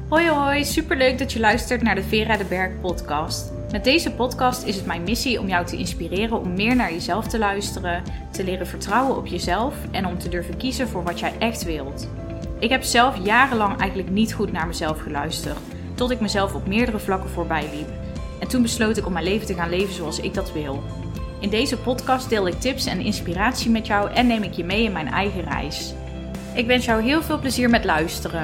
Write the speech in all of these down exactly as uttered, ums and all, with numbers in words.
Hoi hoi, superleuk dat je luistert naar de Vera de Berg podcast. Met deze podcast is het mijn missie om jou te inspireren om meer naar jezelf te luisteren, te leren vertrouwen op jezelf en om te durven kiezen voor wat jij echt wilt. Ik heb zelf jarenlang eigenlijk niet goed naar mezelf geluisterd, tot ik mezelf op meerdere vlakken voorbij liep. En toen besloot ik om mijn leven te gaan leven zoals ik dat wil. In deze podcast deel ik tips en inspiratie met jou en neem ik je mee in mijn eigen reis. Ik wens jou heel veel plezier met luisteren.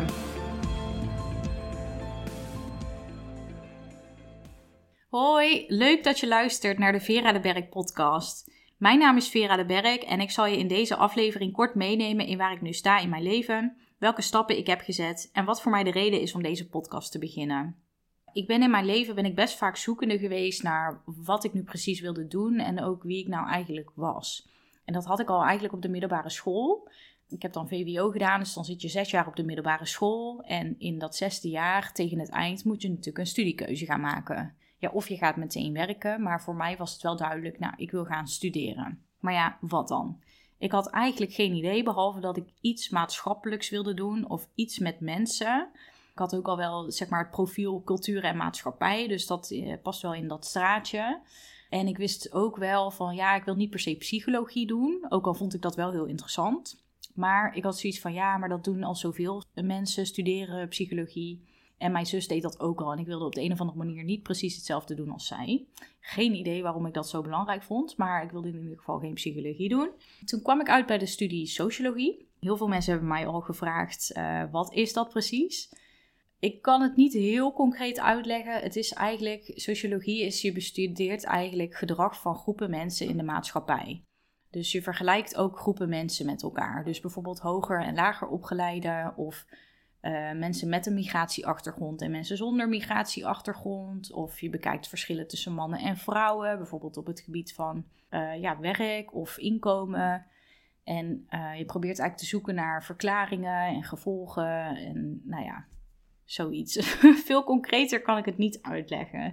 Hoi, leuk dat je luistert naar de Vera de Berg podcast. Mijn naam is Vera de Berg en ik zal je in deze aflevering kort meenemen in waar ik nu sta in mijn leven, welke stappen ik heb gezet en wat voor mij de reden is om deze podcast te beginnen. Ik ben in mijn leven ben ik best vaak zoekende geweest naar wat ik nu precies wilde doen en ook wie ik nou eigenlijk was. En dat had ik al eigenlijk op de middelbare school. Ik heb dan V W O gedaan, dus dan zit je zes jaar op de middelbare school. En in dat zesde jaar, tegen het eind, moet je natuurlijk een studiekeuze gaan maken. Ja, of je gaat meteen werken, maar voor mij was het wel duidelijk, nou, ik wil gaan studeren. Maar ja, wat dan? Ik had eigenlijk geen idee, behalve dat ik iets maatschappelijks wilde doen of iets met mensen. Ik had ook al wel, zeg maar, het profiel cultuur en maatschappij, dus dat eh, past wel in dat straatje. En ik wist ook wel van, ja, ik wil niet per se psychologie doen, ook al vond ik dat wel heel interessant. Maar ik had zoiets van, ja, maar dat doen al zoveel mensen, studeren psychologie. En mijn zus deed dat ook al. En ik wilde op de een of andere manier niet precies hetzelfde doen als zij. Geen idee waarom ik dat zo belangrijk vond. Maar ik wilde in ieder geval geen psychologie doen. Toen kwam ik uit bij de studie sociologie. Heel veel mensen hebben mij al gevraagd, uh, wat is dat precies? Ik kan het niet heel concreet uitleggen. Het is eigenlijk, sociologie is, je bestudeert eigenlijk gedrag van groepen mensen in de maatschappij. Dus je vergelijkt ook groepen mensen met elkaar. Dus bijvoorbeeld hoger en lager opgeleiden of uh, mensen met een migratieachtergrond en mensen zonder migratieachtergrond. Of je bekijkt verschillen tussen mannen en vrouwen, bijvoorbeeld op het gebied van uh, ja, werk of inkomen. En uh, je probeert eigenlijk te zoeken naar verklaringen en gevolgen en nou ja, zoiets. Veel concreter kan ik het niet uitleggen.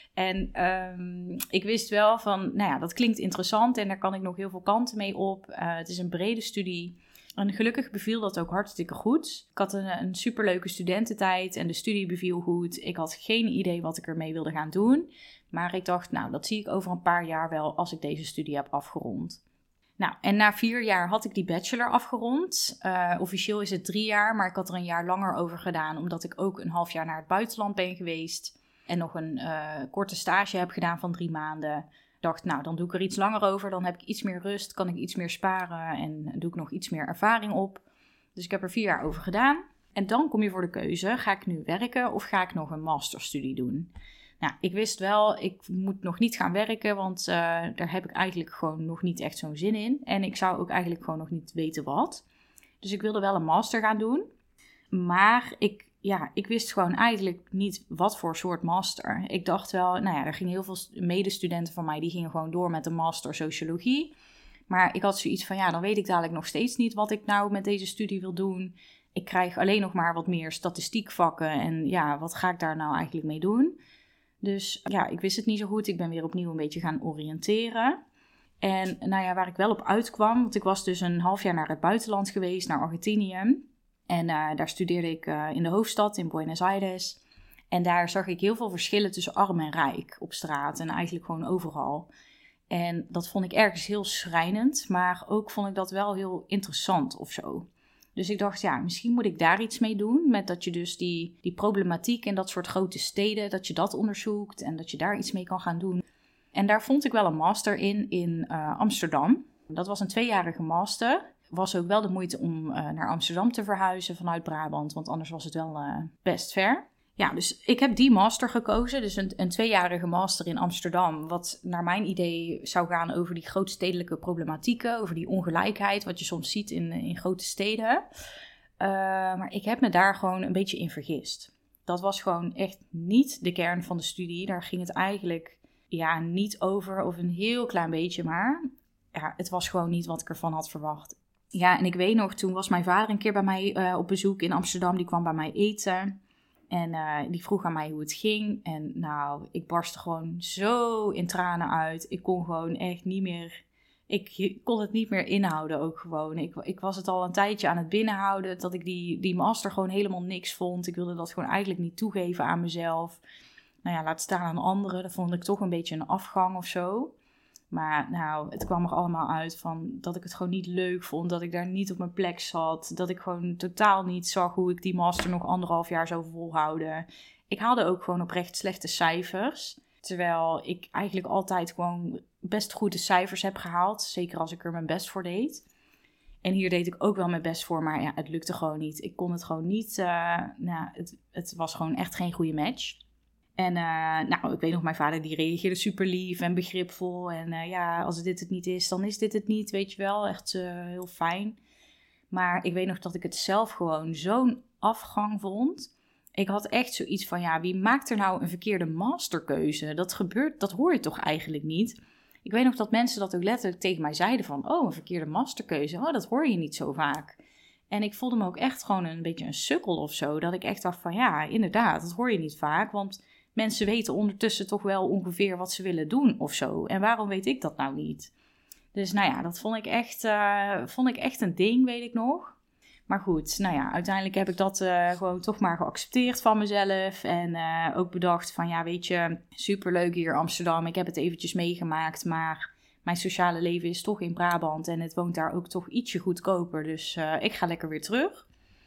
En um, ik wist wel van, nou ja, dat klinkt interessant en daar kan ik nog heel veel kanten mee op. Uh, het is een brede studie. En gelukkig beviel dat ook hartstikke goed. Ik had een, een superleuke studententijd en de studie beviel goed. Ik had geen idee wat ik ermee wilde gaan doen. Maar ik dacht, nou, dat zie ik over een paar jaar wel als ik deze studie heb afgerond. Nou, en na vier jaar had ik die bachelor afgerond. Uh, officieel is het drie jaar, maar ik had er een jaar langer over gedaan, omdat ik ook een half jaar naar het buitenland ben geweest. En nog een uh, korte stage heb gedaan van drie maanden. Ik dacht, nou, dan doe ik er iets langer over. Dan heb ik iets meer rust, kan ik iets meer sparen en doe ik nog iets meer ervaring op. Dus ik heb er vier jaar over gedaan. En dan kom je voor de keuze, ga ik nu werken of ga ik nog een masterstudie doen? Nou, ik wist wel, ik moet nog niet gaan werken, want uh, daar heb ik eigenlijk gewoon nog niet echt zo'n zin in. En ik zou ook eigenlijk gewoon nog niet weten wat. Dus ik wilde wel een master gaan doen. Maar ik, ja, ik wist gewoon eigenlijk niet wat voor soort master. Ik dacht wel, nou ja, er gingen heel veel medestudenten van mij, die gingen gewoon door met een master sociologie. Maar ik had zoiets van, ja, dan weet ik dadelijk nog steeds niet wat ik nou met deze studie wil doen. Ik krijg alleen nog maar wat meer statistiekvakken en ja, wat ga ik daar nou eigenlijk mee doen? Dus ja, ik wist het niet zo goed. Ik ben weer opnieuw een beetje gaan oriënteren. En nou ja, waar ik wel op uitkwam, want ik was dus een half jaar naar het buitenland geweest, naar Argentinië. En uh, daar studeerde ik uh, in de hoofdstad, in Buenos Aires. En daar zag ik heel veel verschillen tussen arm en rijk op straat en eigenlijk gewoon overal. En dat vond ik ergens heel schrijnend, maar ook vond ik dat wel heel interessant of zo. Dus ik dacht, ja, misschien moet ik daar iets mee doen. Met dat je dus die, die problematiek in dat soort grote steden, dat je dat onderzoekt en dat je daar iets mee kan gaan doen. En daar vond ik wel een master in, in uh, Amsterdam. Dat was een tweejarige master. Was ook wel de moeite om uh, naar Amsterdam te verhuizen vanuit Brabant, want anders was het wel uh, best ver. Ja, dus ik heb die master gekozen, dus een, een tweejarige master in Amsterdam, wat naar mijn idee zou gaan over die grootstedelijke problematieken, over die ongelijkheid, wat je soms ziet in, in grote steden. Uh, maar ik heb me daar gewoon een beetje in vergist. Dat was gewoon echt niet de kern van de studie. Daar ging het eigenlijk ja, niet over, of een heel klein beetje maar. Ja, het was gewoon niet wat ik ervan had verwacht. Ja, en ik weet nog, toen was mijn vader een keer bij mij uh, op bezoek in Amsterdam, die kwam bij mij eten. En uh, die vroeg aan mij hoe het ging. En nou, ik barstte gewoon zo in tranen uit. Ik kon gewoon echt niet meer... Ik kon het niet meer inhouden ook gewoon. Ik, ik was het al een tijdje aan het binnenhouden. Dat ik die, die master gewoon helemaal niks vond. Ik wilde dat gewoon eigenlijk niet toegeven aan mezelf. Nou ja, laat staan aan anderen. Dat vond ik toch een beetje een afgang of zo. Maar nou, het kwam er allemaal uit van dat ik het gewoon niet leuk vond. Dat ik daar niet op mijn plek zat. Dat ik gewoon totaal niet zag hoe ik die master nog anderhalf jaar zou volhouden. Ik haalde ook gewoon oprecht slechte cijfers. Terwijl ik eigenlijk altijd gewoon best goede cijfers heb gehaald. Zeker als ik er mijn best voor deed. En hier deed ik ook wel mijn best voor, maar ja, het lukte gewoon niet. Ik kon het gewoon niet. Uh, nou, het, het was gewoon echt geen goede match. En uh, nou, ik weet nog, mijn vader die reageerde super lief en begripvol. En uh, ja, als dit het niet is, dan is dit het niet, weet je wel. Echt uh, heel fijn. Maar ik weet nog dat ik het zelf gewoon zo'n afgang vond. Ik had echt zoiets van, ja, wie maakt er nou een verkeerde masterkeuze? Dat gebeurt, dat hoor je toch eigenlijk niet? Ik weet nog dat mensen dat ook letterlijk tegen mij zeiden van, oh, een verkeerde masterkeuze, oh, dat hoor je niet zo vaak. En ik voelde me ook echt gewoon een beetje een sukkel of zo. Dat ik echt dacht van, ja, inderdaad, dat hoor je niet vaak. Want mensen weten ondertussen toch wel ongeveer wat ze willen doen of zo. En waarom weet ik dat nou niet? Dus nou ja, dat vond ik echt, uh, vond ik echt een ding, weet ik nog. Maar goed, nou ja, uiteindelijk heb ik dat uh, gewoon toch maar geaccepteerd van mezelf. En uh, ook bedacht van, ja, weet je, superleuk hier in Amsterdam. Ik heb het eventjes meegemaakt, maar mijn sociale leven is toch in Brabant. En het woont daar ook toch ietsje goedkoper. Dus uh, ik ga lekker weer terug.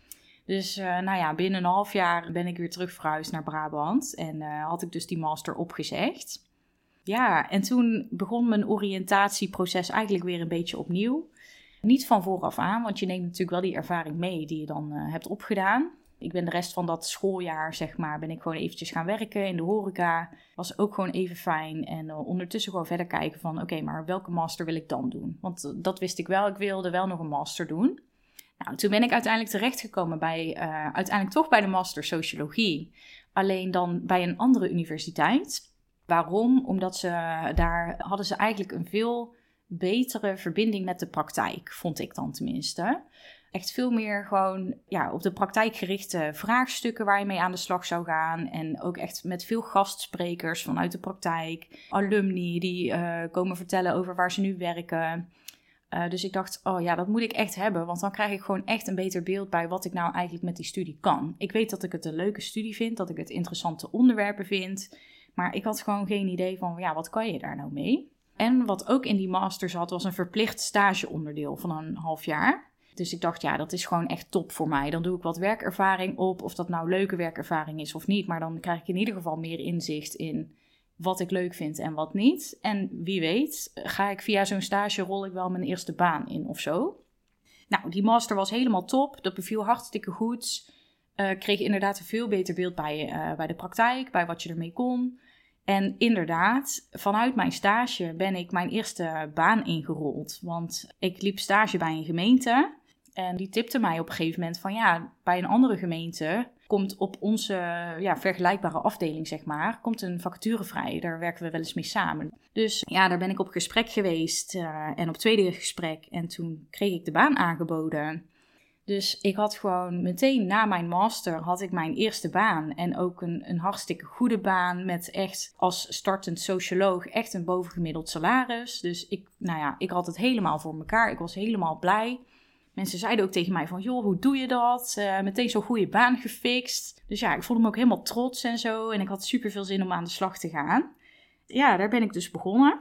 Dus uh, nou ja, binnen een half jaar ben ik weer terug verhuisd naar Brabant. En uh, had ik dus die master opgezegd. Ja, en toen begon mijn oriëntatieproces eigenlijk weer een beetje opnieuw. Niet van vooraf aan, want je neemt natuurlijk wel die ervaring mee die je dan uh, hebt opgedaan. Ik ben de rest van dat schooljaar, zeg maar, ben ik gewoon eventjes gaan werken in de horeca. Was ook gewoon even fijn. En uh, ondertussen gewoon verder kijken van, oké, okay, maar welke master wil ik dan doen? Want uh, dat wist ik wel, ik wilde wel nog een master doen. Nou, toen ben ik uiteindelijk terechtgekomen bij, uh, uiteindelijk toch bij de master sociologie. Alleen dan bij een andere universiteit. Waarom? Omdat ze daar hadden ze eigenlijk een veel betere verbinding met de praktijk, vond ik dan tenminste. Echt veel meer gewoon ja, op de praktijk gerichte vraagstukken waar je mee aan de slag zou gaan. En ook echt met veel gastsprekers vanuit de praktijk. Alumni die uh, komen vertellen over waar ze nu werken. Uh, dus ik dacht, oh ja, dat moet ik echt hebben. Want dan krijg ik gewoon echt een beter beeld bij wat ik nou eigenlijk met die studie kan. Ik weet dat ik het een leuke studie vind, dat ik het interessante onderwerpen vind. Maar ik had gewoon geen idee van, ja, wat kan je daar nou mee? En wat ook in die master zat, was een verplicht stageonderdeel van een half jaar. Dus ik dacht, ja, dat is gewoon echt top voor mij. Dan doe ik wat werkervaring op, of dat nou leuke werkervaring is of niet. Maar dan krijg ik in ieder geval meer inzicht in wat ik leuk vind en wat niet. En wie weet, ga ik via zo'n stage, rol ik wel mijn eerste baan in of zo. Nou, die master was helemaal top. Dat beviel hartstikke goed. Ik uh, kreeg inderdaad een veel beter beeld bij, uh, bij de praktijk, bij wat je ermee kon. En inderdaad, vanuit mijn stage ben ik mijn eerste baan ingerold. Want ik liep stage bij een gemeente en die tipte mij op een gegeven moment van ja, bij een andere gemeente komt op onze ja, vergelijkbare afdeling, zeg maar, komt een vacature vrij. Daar werken we wel eens mee samen. Dus ja, daar ben ik op gesprek geweest uh, en op tweede gesprek en toen kreeg ik de baan aangeboden. Dus ik had gewoon meteen na mijn master had ik mijn eerste baan. En ook een, een hartstikke goede baan met echt als startend socioloog echt een bovengemiddeld salaris. Dus ik, nou ja, ik had het helemaal voor mekaar. Ik was helemaal blij. Mensen zeiden ook tegen mij van, joh, hoe doe je dat? Uh, meteen zo'n goede baan gefixt. Dus ja, ik voelde me ook helemaal trots en zo. En ik had super veel zin om aan de slag te gaan. Ja, daar ben ik dus begonnen.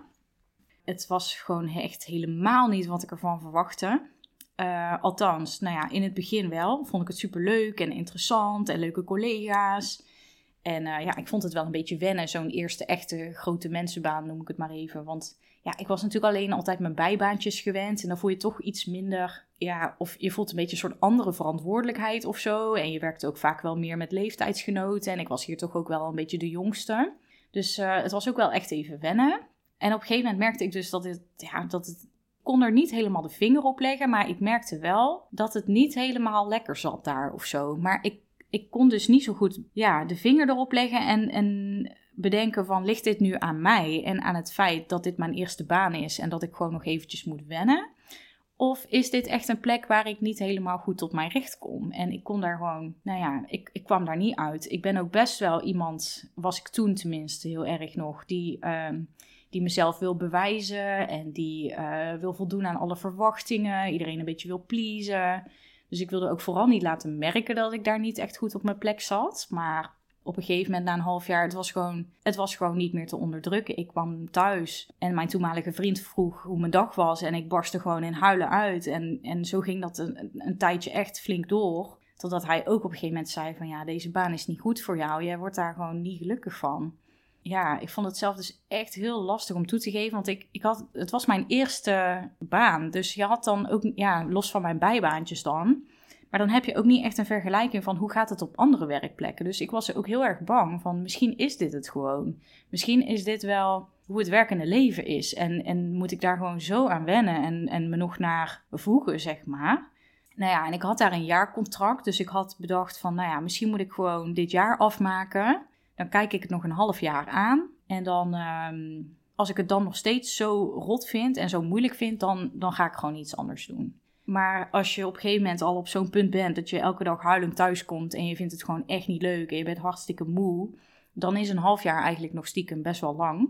Het was gewoon echt helemaal niet wat ik ervan verwachtte. Uh, althans, nou ja, in het begin wel. Vond ik het super leuk en interessant en leuke collega's. En uh, ja, ik vond het wel een beetje wennen, zo'n eerste echte grote mensenbaan, noem ik het maar even. Want ja, ik was natuurlijk alleen altijd mijn bijbaantjes gewend. En dan voel je toch iets minder, ja, of je voelt een beetje een soort andere verantwoordelijkheid of zo. En je werkt ook vaak wel meer met leeftijdsgenoten. En ik was hier toch ook wel een beetje de jongste. Dus uh, het was ook wel echt even wennen. En op een gegeven moment merkte ik dus dat het, ja, dat het... Ik kon er niet helemaal de vinger op leggen, maar ik merkte wel dat het niet helemaal lekker zat daar of zo. Maar ik, ik kon dus niet zo goed ja, de vinger erop leggen en, en bedenken van, ligt dit nu aan mij en aan het feit dat dit mijn eerste baan is en dat ik gewoon nog eventjes moet wennen? Of is dit echt een plek waar ik niet helemaal goed tot mijn recht kom? En ik kon daar gewoon, nou ja, ik, ik kwam daar niet uit. Ik ben ook best wel iemand, was ik toen tenminste heel erg nog, die... Uh, die mezelf wil bewijzen en die uh, wil voldoen aan alle verwachtingen. Iedereen een beetje wil pleasen. Dus ik wilde ook vooral niet laten merken dat ik daar niet echt goed op mijn plek zat. Maar op een gegeven moment na een half jaar, het was gewoon, het was gewoon niet meer te onderdrukken. Ik kwam thuis en mijn toenmalige vriend vroeg hoe mijn dag was. En ik barstte gewoon in huilen uit. En, en zo ging dat een, een tijdje echt flink door. Totdat hij ook op een gegeven moment zei van ja, deze baan is niet goed voor jou. Jij wordt daar gewoon niet gelukkig van. Ja, ik vond het zelf dus echt heel lastig om toe te geven. Want ik, ik had, het was mijn eerste baan. Dus je had dan ook, ja, los van mijn bijbaantjes dan. Maar dan heb je ook niet echt een vergelijking van hoe gaat het op andere werkplekken. Dus ik was er ook heel erg bang van misschien is dit het gewoon. Misschien is dit wel hoe het werkende leven is. En, en moet ik daar gewoon zo aan wennen en, en me nog naar voegen, zeg maar. Nou ja, en ik had daar een jaarcontract. Dus ik had bedacht van, nou ja, misschien moet ik gewoon dit jaar afmaken. Dan kijk ik het nog een half jaar aan. En dan, um, als ik het dan nog steeds zo rot vind en zo moeilijk vind, dan, dan ga ik gewoon iets anders doen. Maar als je op een gegeven moment al op zo'n punt bent dat je elke dag huilend thuis komt en je vindt het gewoon echt niet leuk en je bent hartstikke moe, dan is een half jaar eigenlijk nog stiekem best wel lang.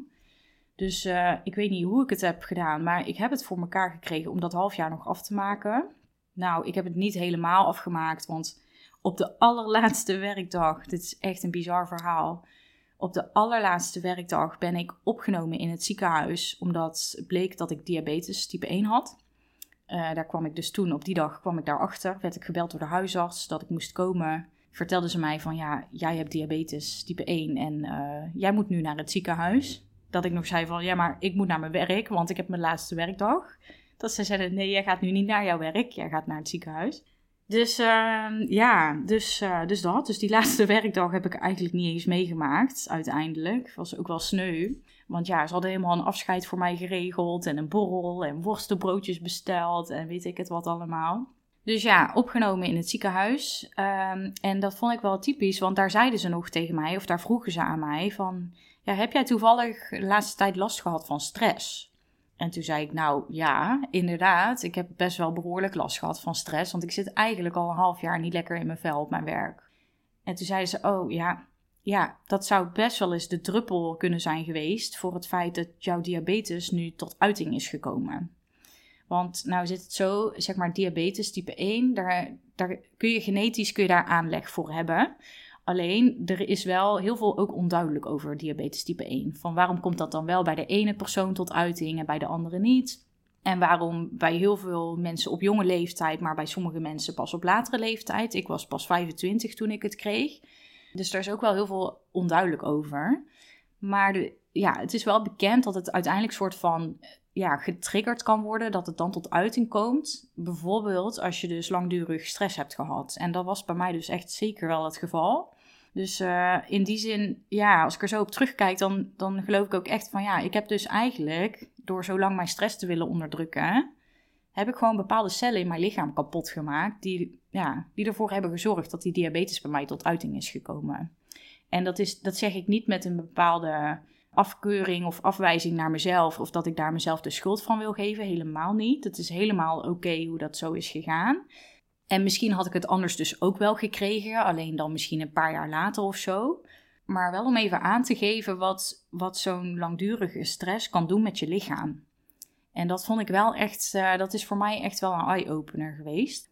Dus uh, ik weet niet hoe ik het heb gedaan, maar ik heb het voor elkaar gekregen om dat half jaar nog af te maken. Nou, ik heb het niet helemaal afgemaakt, want op de allerlaatste werkdag, dit is echt een bizar verhaal, op de allerlaatste werkdag ben ik opgenomen in het ziekenhuis omdat bleek dat ik diabetes type één had. Uh, daar kwam ik dus toen, op die dag kwam ik daarachter, werd ik gebeld door de huisarts dat ik moest komen. Vertelden ze mij van ja, jij hebt diabetes type één en uh, jij moet nu naar het ziekenhuis. Dat ik nog zei van ja, maar ik moet naar mijn werk, want ik heb mijn laatste werkdag. Dat ze zeiden nee, jij gaat nu niet naar jouw werk, jij gaat naar het ziekenhuis. Dus uh, ja, dus, uh, dus dat. Dus die laatste werkdag heb ik eigenlijk niet eens meegemaakt uiteindelijk. Was ook wel sneu. Want ja, ze hadden helemaal een afscheid voor mij geregeld en een borrel en worstenbroodjes besteld en weet ik het wat allemaal. Dus ja, opgenomen in het ziekenhuis. Um, en dat vond ik wel typisch, want daar zeiden ze nog tegen mij, of daar vroegen ze aan mij van, ja, heb jij toevallig de laatste tijd last gehad van stress? En toen zei ik, nou ja, inderdaad, ik heb best wel behoorlijk last gehad van stress, want ik zit eigenlijk al een half jaar niet lekker in mijn vel op mijn werk. En toen zeiden ze, oh ja, ja, dat zou best wel eens de druppel kunnen zijn geweest voor het feit dat jouw diabetes nu tot uiting is gekomen. Want nou zit het zo, zeg maar diabetes type één, daar, daar kun je genetisch kun je daar aanleg voor hebben. Alleen, er is wel heel veel ook onduidelijk over diabetes type één. Van waarom komt dat dan wel bij de ene persoon tot uiting en bij de andere niet? En waarom bij heel veel mensen op jonge leeftijd, maar bij sommige mensen pas op latere leeftijd. Ik was pas vijfentwintig toen ik het kreeg. Dus daar is ook wel heel veel onduidelijk over. Maar de, ja, het is wel bekend dat het uiteindelijk soort van ja, getriggerd kan worden, dat het dan tot uiting komt. Bijvoorbeeld als je dus langdurig stress hebt gehad. En dat was bij mij dus echt zeker wel het geval. Dus uh, in die zin, ja, als ik er zo op terugkijk, dan, dan geloof ik ook echt van ja, ik heb dus eigenlijk, door zo lang mijn stress te willen onderdrukken, heb ik gewoon bepaalde cellen in mijn lichaam kapot gemaakt, die, ja, die ervoor hebben gezorgd dat die diabetes bij mij tot uiting is gekomen. En dat, is, dat zeg ik niet met een bepaalde afkeuring of afwijzing naar mezelf, of dat ik daar mezelf de schuld van wil geven, helemaal niet. Het is helemaal oké okay hoe dat zo is gegaan. En misschien had ik het anders dus ook wel gekregen, alleen dan misschien een paar jaar later of zo. Maar wel om even aan te geven wat, wat zo'n langdurige stress kan doen met je lichaam. En dat vond ik wel echt, uh, dat is voor mij echt wel een eye-opener geweest.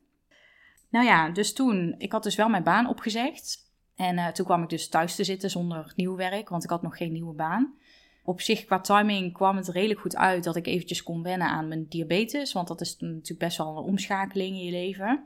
Nou ja, dus toen, ik had dus wel mijn baan opgezegd. En uh, toen kwam ik dus thuis te zitten zonder nieuw werk, want ik had nog geen nieuwe baan. Op zich, qua timing kwam het redelijk goed uit dat ik eventjes kon wennen aan mijn diabetes. Want dat is natuurlijk best wel een omschakeling in je leven.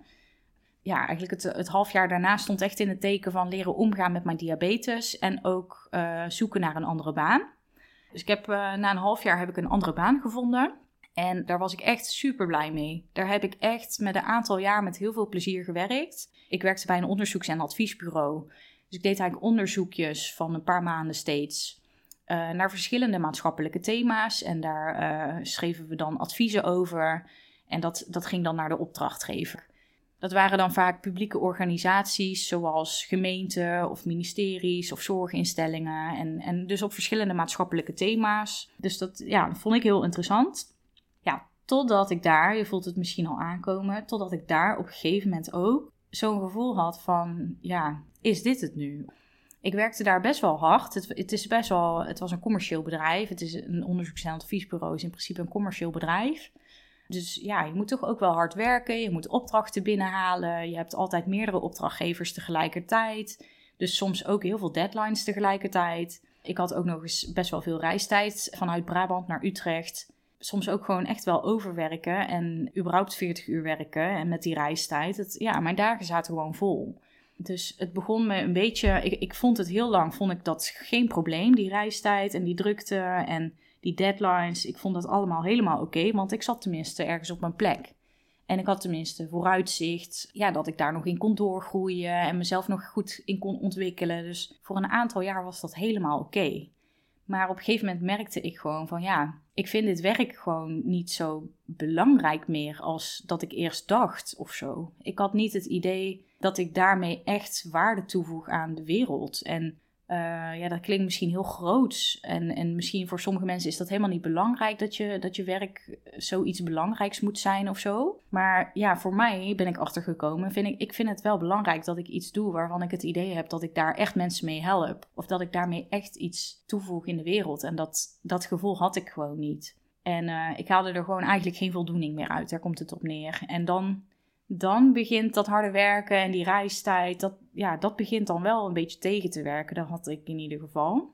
Ja, eigenlijk het, het half jaar daarna stond echt in het teken van leren omgaan met mijn diabetes. En ook uh, zoeken naar een andere baan. Dus ik heb, uh, na een half jaar heb ik een andere baan gevonden. En daar was ik echt super blij mee. Daar heb ik echt met een aantal jaar met heel veel plezier gewerkt. Ik werkte bij een onderzoeks- en adviesbureau. Dus ik deed eigenlijk onderzoekjes van een paar maanden steeds uh, naar verschillende maatschappelijke thema's. En daar uh, schreven we dan adviezen over. En dat, dat ging dan naar de opdrachtgever. Dat waren dan vaak publieke organisaties zoals gemeenten of ministeries of zorginstellingen. En, en dus op verschillende maatschappelijke thema's. Dus dat, ja, dat vond ik heel interessant. Ja, totdat ik daar, je voelt het misschien al aankomen, totdat ik daar op een gegeven moment ook zo'n gevoel had van, ja, is dit het nu? Ik werkte daar best wel hard. Het, het, is best wel, het was een commercieel bedrijf. Het is een onderzoeks- en adviesbureau, is in principe een commercieel bedrijf. Dus ja, je moet toch ook wel hard werken. Je moet opdrachten binnenhalen. Je hebt altijd meerdere opdrachtgevers tegelijkertijd. Dus soms ook heel veel deadlines tegelijkertijd. Ik had ook nog eens best wel veel reistijd vanuit Brabant naar Utrecht. Soms ook gewoon echt wel overwerken en überhaupt veertig uur werken. En met die reistijd, het, ja, mijn dagen zaten gewoon vol. Dus het begon me een beetje, ik, ik vond het heel lang, vond ik dat geen probleem, die reistijd en die drukte en die deadlines. Ik vond dat allemaal helemaal oké, okay, want ik zat tenminste ergens op mijn plek. En ik had tenminste vooruitzicht, ja, dat ik daar nog in kon doorgroeien en mezelf nog goed in kon ontwikkelen. Dus voor een aantal jaar was dat helemaal oké. Okay. Maar op een gegeven moment merkte ik gewoon van ja, ik vind dit werk gewoon niet zo belangrijk meer als dat ik eerst dacht of zo. Ik had niet het idee dat ik daarmee echt waarde toevoeg aan de wereld. En uh, ja, dat klinkt misschien heel groots. En, en misschien voor sommige mensen is dat helemaal niet belangrijk dat je, dat je werk zoiets belangrijks moet zijn of zo. Maar ja, voor mij ben ik achtergekomen. Vind ik, ik vind het wel belangrijk dat ik iets doe waarvan ik het idee heb dat ik daar echt mensen mee help. Of dat ik daarmee echt iets toevoeg in de wereld. En dat, dat gevoel had ik gewoon niet. En uh, ik haalde er gewoon eigenlijk geen voldoening meer uit. Daar komt het op neer. En dan... Dan begint dat harde werken en die reistijd, dat, ja, dat begint dan wel een beetje tegen te werken. Dat had ik in ieder geval.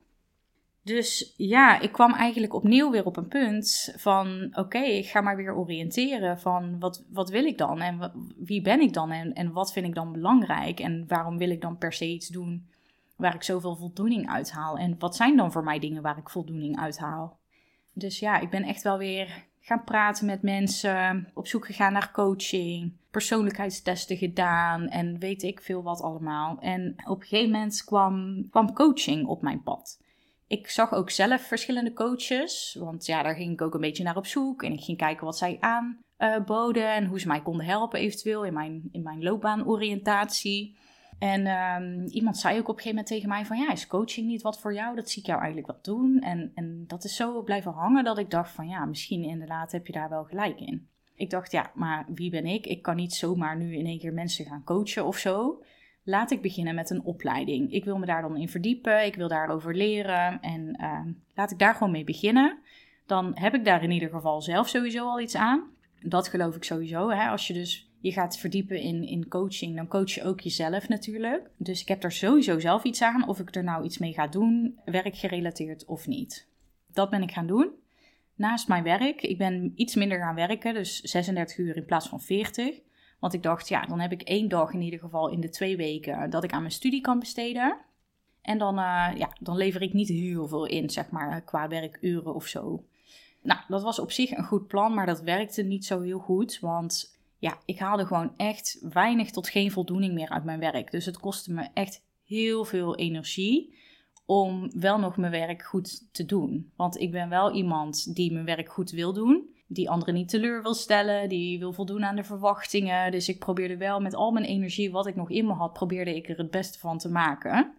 Dus ja, ik kwam eigenlijk opnieuw weer op een punt van oké, okay, ik ga maar weer oriënteren van wat, wat wil ik dan en wat, wie ben ik dan en, en wat vind ik dan belangrijk en waarom wil ik dan per se iets doen waar ik zoveel voldoening uit haal en wat zijn dan voor mij dingen waar ik voldoening uit haal. Dus ja, ik ben echt wel weer gaan praten met mensen, op zoek gegaan naar coaching, persoonlijkheidstesten gedaan en weet ik veel wat allemaal. En op een gegeven moment kwam, kwam coaching op mijn pad. Ik zag ook zelf verschillende coaches, want ja, daar ging ik ook een beetje naar op zoek. En ik ging kijken wat zij aanboden en hoe ze mij konden helpen eventueel in mijn, in mijn loopbaanoriëntatie. En um, iemand zei ook op een gegeven moment tegen mij van ja, is coaching niet wat voor jou? Dat zie ik jou eigenlijk wel doen. En, en dat is zo blijven hangen dat ik dacht van ja, misschien inderdaad heb je daar wel gelijk in. Ik dacht ja, maar wie ben ik? Ik kan niet zomaar nu in één keer mensen gaan coachen of zo. Laat ik beginnen met een opleiding. Ik wil me daar dan in verdiepen, ik wil daarover leren en uh, laat ik daar gewoon mee beginnen. Dan heb ik daar in ieder geval zelf sowieso al iets aan. Dat geloof ik sowieso, hè? Als je dus je gaat verdiepen in, in coaching, dan coach je ook jezelf natuurlijk. Dus ik heb er sowieso zelf iets aan, of ik er nou iets mee ga doen, werkgerelateerd of niet. Dat ben ik gaan doen. Naast mijn werk, ik ben iets minder gaan werken, dus zesendertig uur in plaats van veertig. Want ik dacht, ja, dan heb ik één dag in ieder geval in de twee weken dat ik aan mijn studie kan besteden. En dan, uh, ja, dan lever ik niet heel veel in, zeg maar, qua werkuren of zo. Nou, dat was op zich een goed plan, maar dat werkte niet zo heel goed, want ja, ik haalde gewoon echt weinig tot geen voldoening meer uit mijn werk. Dus het kostte me echt heel veel energie om wel nog mijn werk goed te doen. Want ik ben wel iemand die mijn werk goed wil doen, die anderen niet teleur wil stellen, die wil voldoen aan de verwachtingen. Dus ik probeerde wel met al mijn energie, wat ik nog in me had, probeerde ik er het beste van te maken.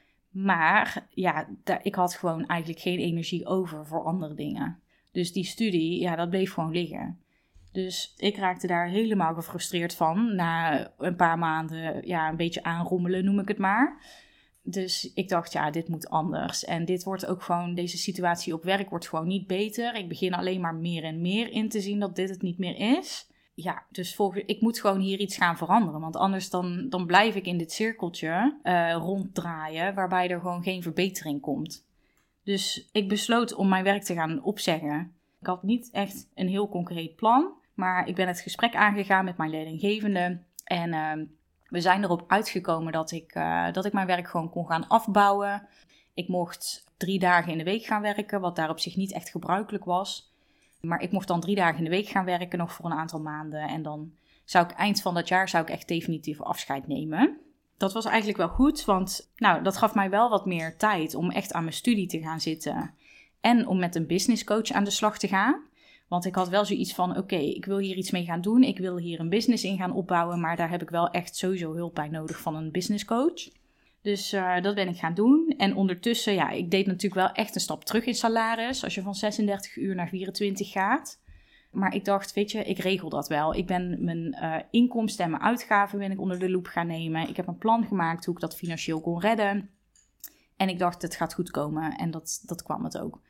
Maar ja, daar, ik had gewoon eigenlijk geen energie over voor andere dingen. Dus die studie, ja, dat bleef gewoon liggen. Dus ik raakte daar helemaal gefrustreerd van. Na een paar maanden, ja, een beetje aanrommelen noem ik het maar. Dus ik dacht, ja, dit moet anders. En dit wordt ook gewoon, deze situatie op werk wordt gewoon niet beter. Ik begin alleen maar meer en meer in te zien dat dit het niet meer is. Ja, dus volgens, ik moet gewoon hier iets gaan veranderen. Want anders dan, dan blijf ik in dit cirkeltje uh, ronddraaien, waarbij er gewoon geen verbetering komt. Dus ik besloot om mijn werk te gaan opzeggen. Ik had niet echt een heel concreet plan, maar ik ben het gesprek aangegaan met mijn leidinggevende. En uh, we zijn erop uitgekomen dat ik, uh, dat ik mijn werk gewoon kon gaan afbouwen. Ik mocht drie dagen in de week gaan werken, wat daar op zich niet echt gebruikelijk was. Maar ik mocht dan drie dagen in de week gaan werken, nog voor een aantal maanden. En dan zou ik eind van dat jaar zou ik echt definitief afscheid nemen. Dat was eigenlijk wel goed, want nou, dat gaf mij wel wat meer tijd om echt aan mijn studie te gaan zitten. En om met een business coach aan de slag te gaan. Want ik had wel zoiets van, oké, okay, ik wil hier iets mee gaan doen. Ik wil hier een business in gaan opbouwen. Maar daar heb ik wel echt sowieso hulp bij nodig van een business coach. Dus uh, dat ben ik gaan doen. En ondertussen, ja, ik deed natuurlijk wel echt een stap terug in salaris. Als je van zesendertig uur naar vierentwintig gaat. Maar ik dacht, weet je, ik regel dat wel. Ik ben mijn uh, inkomsten en mijn uitgaven ben ik onder de loep gaan nemen. Ik heb een plan gemaakt hoe ik dat financieel kon redden. En ik dacht, het gaat goed komen. En dat, dat kwam het ook.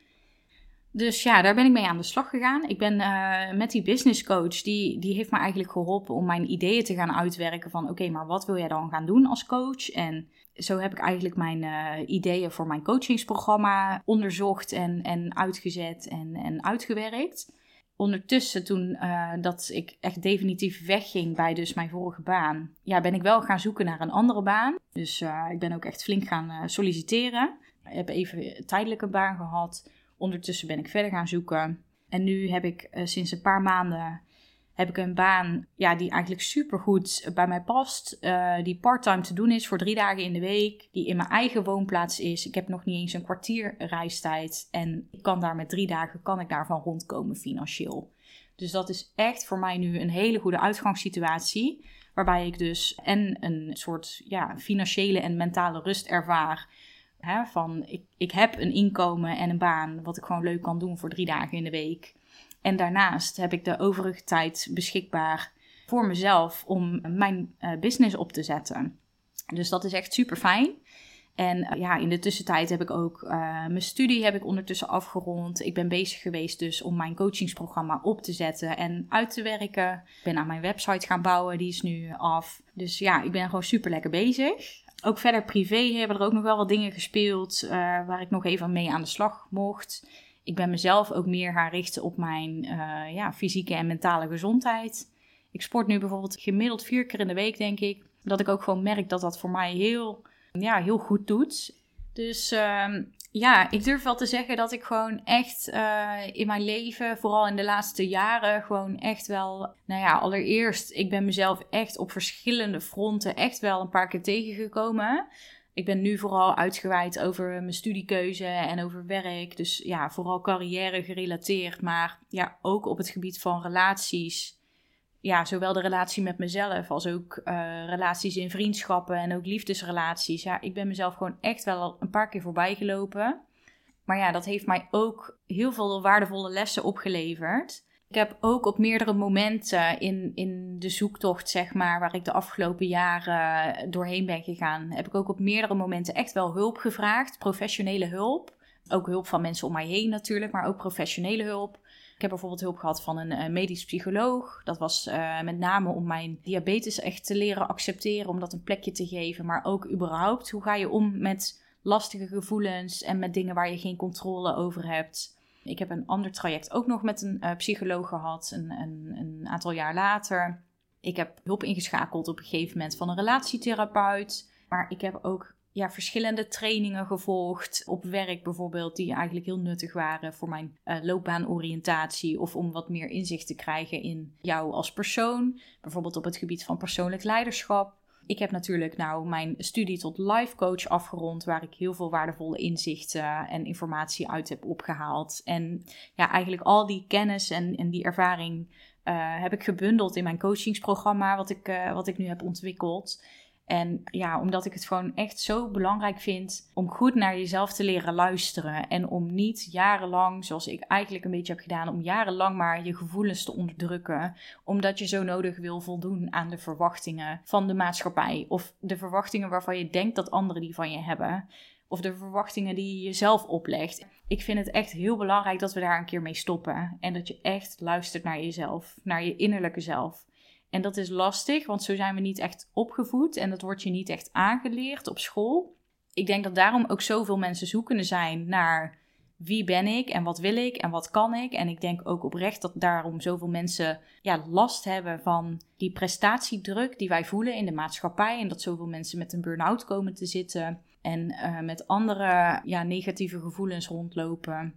Dus ja, daar ben ik mee aan de slag gegaan. Ik ben uh, met die business coach, die, die heeft me eigenlijk geholpen om mijn ideeën te gaan uitwerken van oké, okay, maar wat wil jij dan gaan doen als coach? En zo heb ik eigenlijk mijn uh, ideeën voor mijn coachingsprogramma onderzocht en, en uitgezet en, en uitgewerkt. Ondertussen, toen uh, dat ik echt definitief wegging bij dus mijn vorige baan, ja, ben ik wel gaan zoeken naar een andere baan. Dus uh, ik ben ook echt flink gaan uh, solliciteren. Ik heb even een tijdelijke baan gehad. Ondertussen ben ik verder gaan zoeken. En nu heb ik uh, sinds een paar maanden heb ik een baan ja, die eigenlijk supergoed bij mij past. Uh, die parttime te doen is voor drie dagen in de week. Die in mijn eigen woonplaats is. Ik heb nog niet eens een kwartier reistijd. En ik kan daar met drie dagen kan ik daarvan rondkomen financieel. Dus dat is echt voor mij nu een hele goede uitgangssituatie. Waarbij ik dus en een soort ja, financiële en mentale rust ervaar. Hè, van ik, ik heb een inkomen en een baan wat ik gewoon leuk kan doen voor drie dagen in de week. En daarnaast heb ik de overige tijd beschikbaar voor mezelf om mijn uh, business op te zetten. Dus dat is echt super fijn. En uh, ja, in de tussentijd heb ik ook uh, mijn studie heb ik ondertussen afgerond. Ik ben bezig geweest dus om mijn coachingsprogramma op te zetten en uit te werken. Ik ben aan mijn website gaan bouwen, die is nu af. Dus ja, ik ben gewoon super lekker bezig. Ook verder privé hebben er ook nog wel wat dingen gespeeld uh, waar ik nog even mee aan de slag mocht. Ik ben mezelf ook meer gaan richten op mijn uh, ja, fysieke en mentale gezondheid. Ik sport nu bijvoorbeeld gemiddeld vier keer in de week, denk ik. Dat ik ook gewoon merk dat dat voor mij heel, ja, heel goed doet. Dus uh, ja, ik durf wel te zeggen dat ik gewoon echt uh, in mijn leven, vooral in de laatste jaren, gewoon echt wel... Nou ja, allereerst, ik ben mezelf echt op verschillende fronten echt wel een paar keer tegengekomen. Ik ben nu vooral uitgeweid over mijn studiekeuze en over werk. Dus ja, vooral carrière gerelateerd. Maar ja, ook op het gebied van relaties. Ja, zowel de relatie met mezelf als ook uh, relaties in vriendschappen en ook liefdesrelaties. Ja, ik ben mezelf gewoon echt wel een paar keer voorbij gelopen. Maar ja, dat heeft mij ook heel veel waardevolle lessen opgeleverd. Ik heb ook op meerdere momenten in, in de zoektocht, zeg maar, waar ik de afgelopen jaren doorheen ben gegaan, heb ik ook op meerdere momenten echt wel hulp gevraagd. Professionele hulp. Ook hulp van mensen om mij heen natuurlijk, maar ook professionele hulp. Ik heb bijvoorbeeld hulp gehad van een uh, medisch psycholoog. Dat was uh, met name om mijn diabetes echt te leren accepteren, om dat een plekje te geven. Maar ook überhaupt, hoe ga je om met lastige gevoelens en met dingen waar je geen controle over hebt. Ik heb een ander traject ook nog met een uh, psycholoog gehad, een, een, een aantal jaar later. Ik heb hulp ingeschakeld op een gegeven moment van een relatietherapeut. Maar ik heb ook ja, verschillende trainingen gevolgd op werk bijvoorbeeld, die eigenlijk heel nuttig waren voor mijn uh, loopbaanoriëntatie of om wat meer inzicht te krijgen in jou als persoon. Bijvoorbeeld op het gebied van persoonlijk leiderschap. Ik heb natuurlijk nou mijn studie tot life coach afgerond, waar ik heel veel waardevolle inzichten en informatie uit heb opgehaald. En ja, eigenlijk al die kennis en, en die ervaring uh, heb ik gebundeld in mijn coachingsprogramma, wat ik, uh, wat ik nu heb ontwikkeld. En ja, omdat ik het gewoon echt zo belangrijk vind om goed naar jezelf te leren luisteren. En om niet jarenlang, zoals ik eigenlijk een beetje heb gedaan, om jarenlang maar je gevoelens te onderdrukken. Omdat je zo nodig wil voldoen aan de verwachtingen van de maatschappij. Of de verwachtingen waarvan je denkt dat anderen die van je hebben. Of de verwachtingen die je jezelf oplegt. Ik vind het echt heel belangrijk dat we daar een keer mee stoppen. En dat je echt luistert naar jezelf, naar je innerlijke zelf. En dat is lastig, want zo zijn we niet echt opgevoed en dat wordt je niet echt aangeleerd op school. Ik denk dat daarom ook zoveel mensen zoekende zijn naar wie ben ik en wat wil ik en wat kan ik. En ik denk ook oprecht dat daarom zoveel mensen ja, last hebben van die prestatiedruk die wij voelen in de maatschappij. En dat zoveel mensen met een burn-out komen te zitten en uh, met andere ja, negatieve gevoelens rondlopen.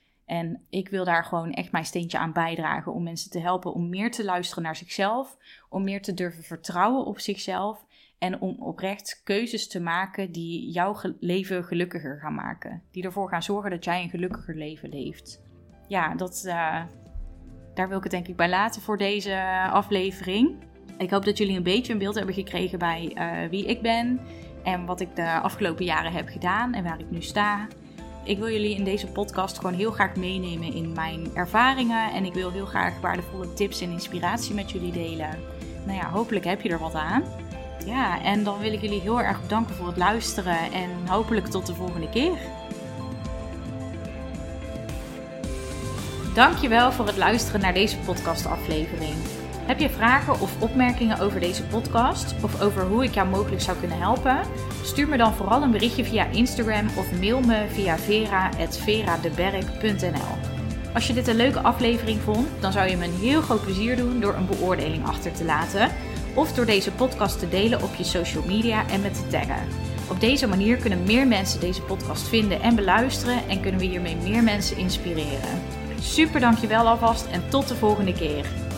En ik wil daar gewoon echt mijn steentje aan bijdragen om mensen te helpen om meer te luisteren naar zichzelf, om meer te durven vertrouwen op zichzelf en om oprecht keuzes te maken die jouw ge- leven gelukkiger gaan maken. Die ervoor gaan zorgen dat jij een gelukkiger leven leeft. Ja, dat, uh, daar wil ik het denk ik bij laten voor deze aflevering. Ik hoop dat jullie een beetje een beeld hebben gekregen bij uh, wie ik ben en wat ik de afgelopen jaren heb gedaan en waar ik nu sta. Ik wil jullie in deze podcast gewoon heel graag meenemen in mijn ervaringen. En ik wil heel graag waardevolle tips en inspiratie met jullie delen. Nou ja, hopelijk heb je er wat aan. Ja, en dan wil ik jullie heel erg bedanken voor het luisteren en hopelijk tot de volgende keer. Dankjewel voor het luisteren naar deze podcastaflevering. Heb je vragen of opmerkingen over deze podcast of over hoe ik jou mogelijk zou kunnen helpen? Stuur me dan vooral een berichtje via Instagram of mail me via vera at veradeberk punt n l. Als je dit een leuke aflevering vond, dan zou je me een heel groot plezier doen door een beoordeling achter te laten of door deze podcast te delen op je social media en me te taggen. Op deze manier kunnen meer mensen deze podcast vinden en beluisteren en kunnen we hiermee meer mensen inspireren. Super dankjewel alvast en tot de volgende keer.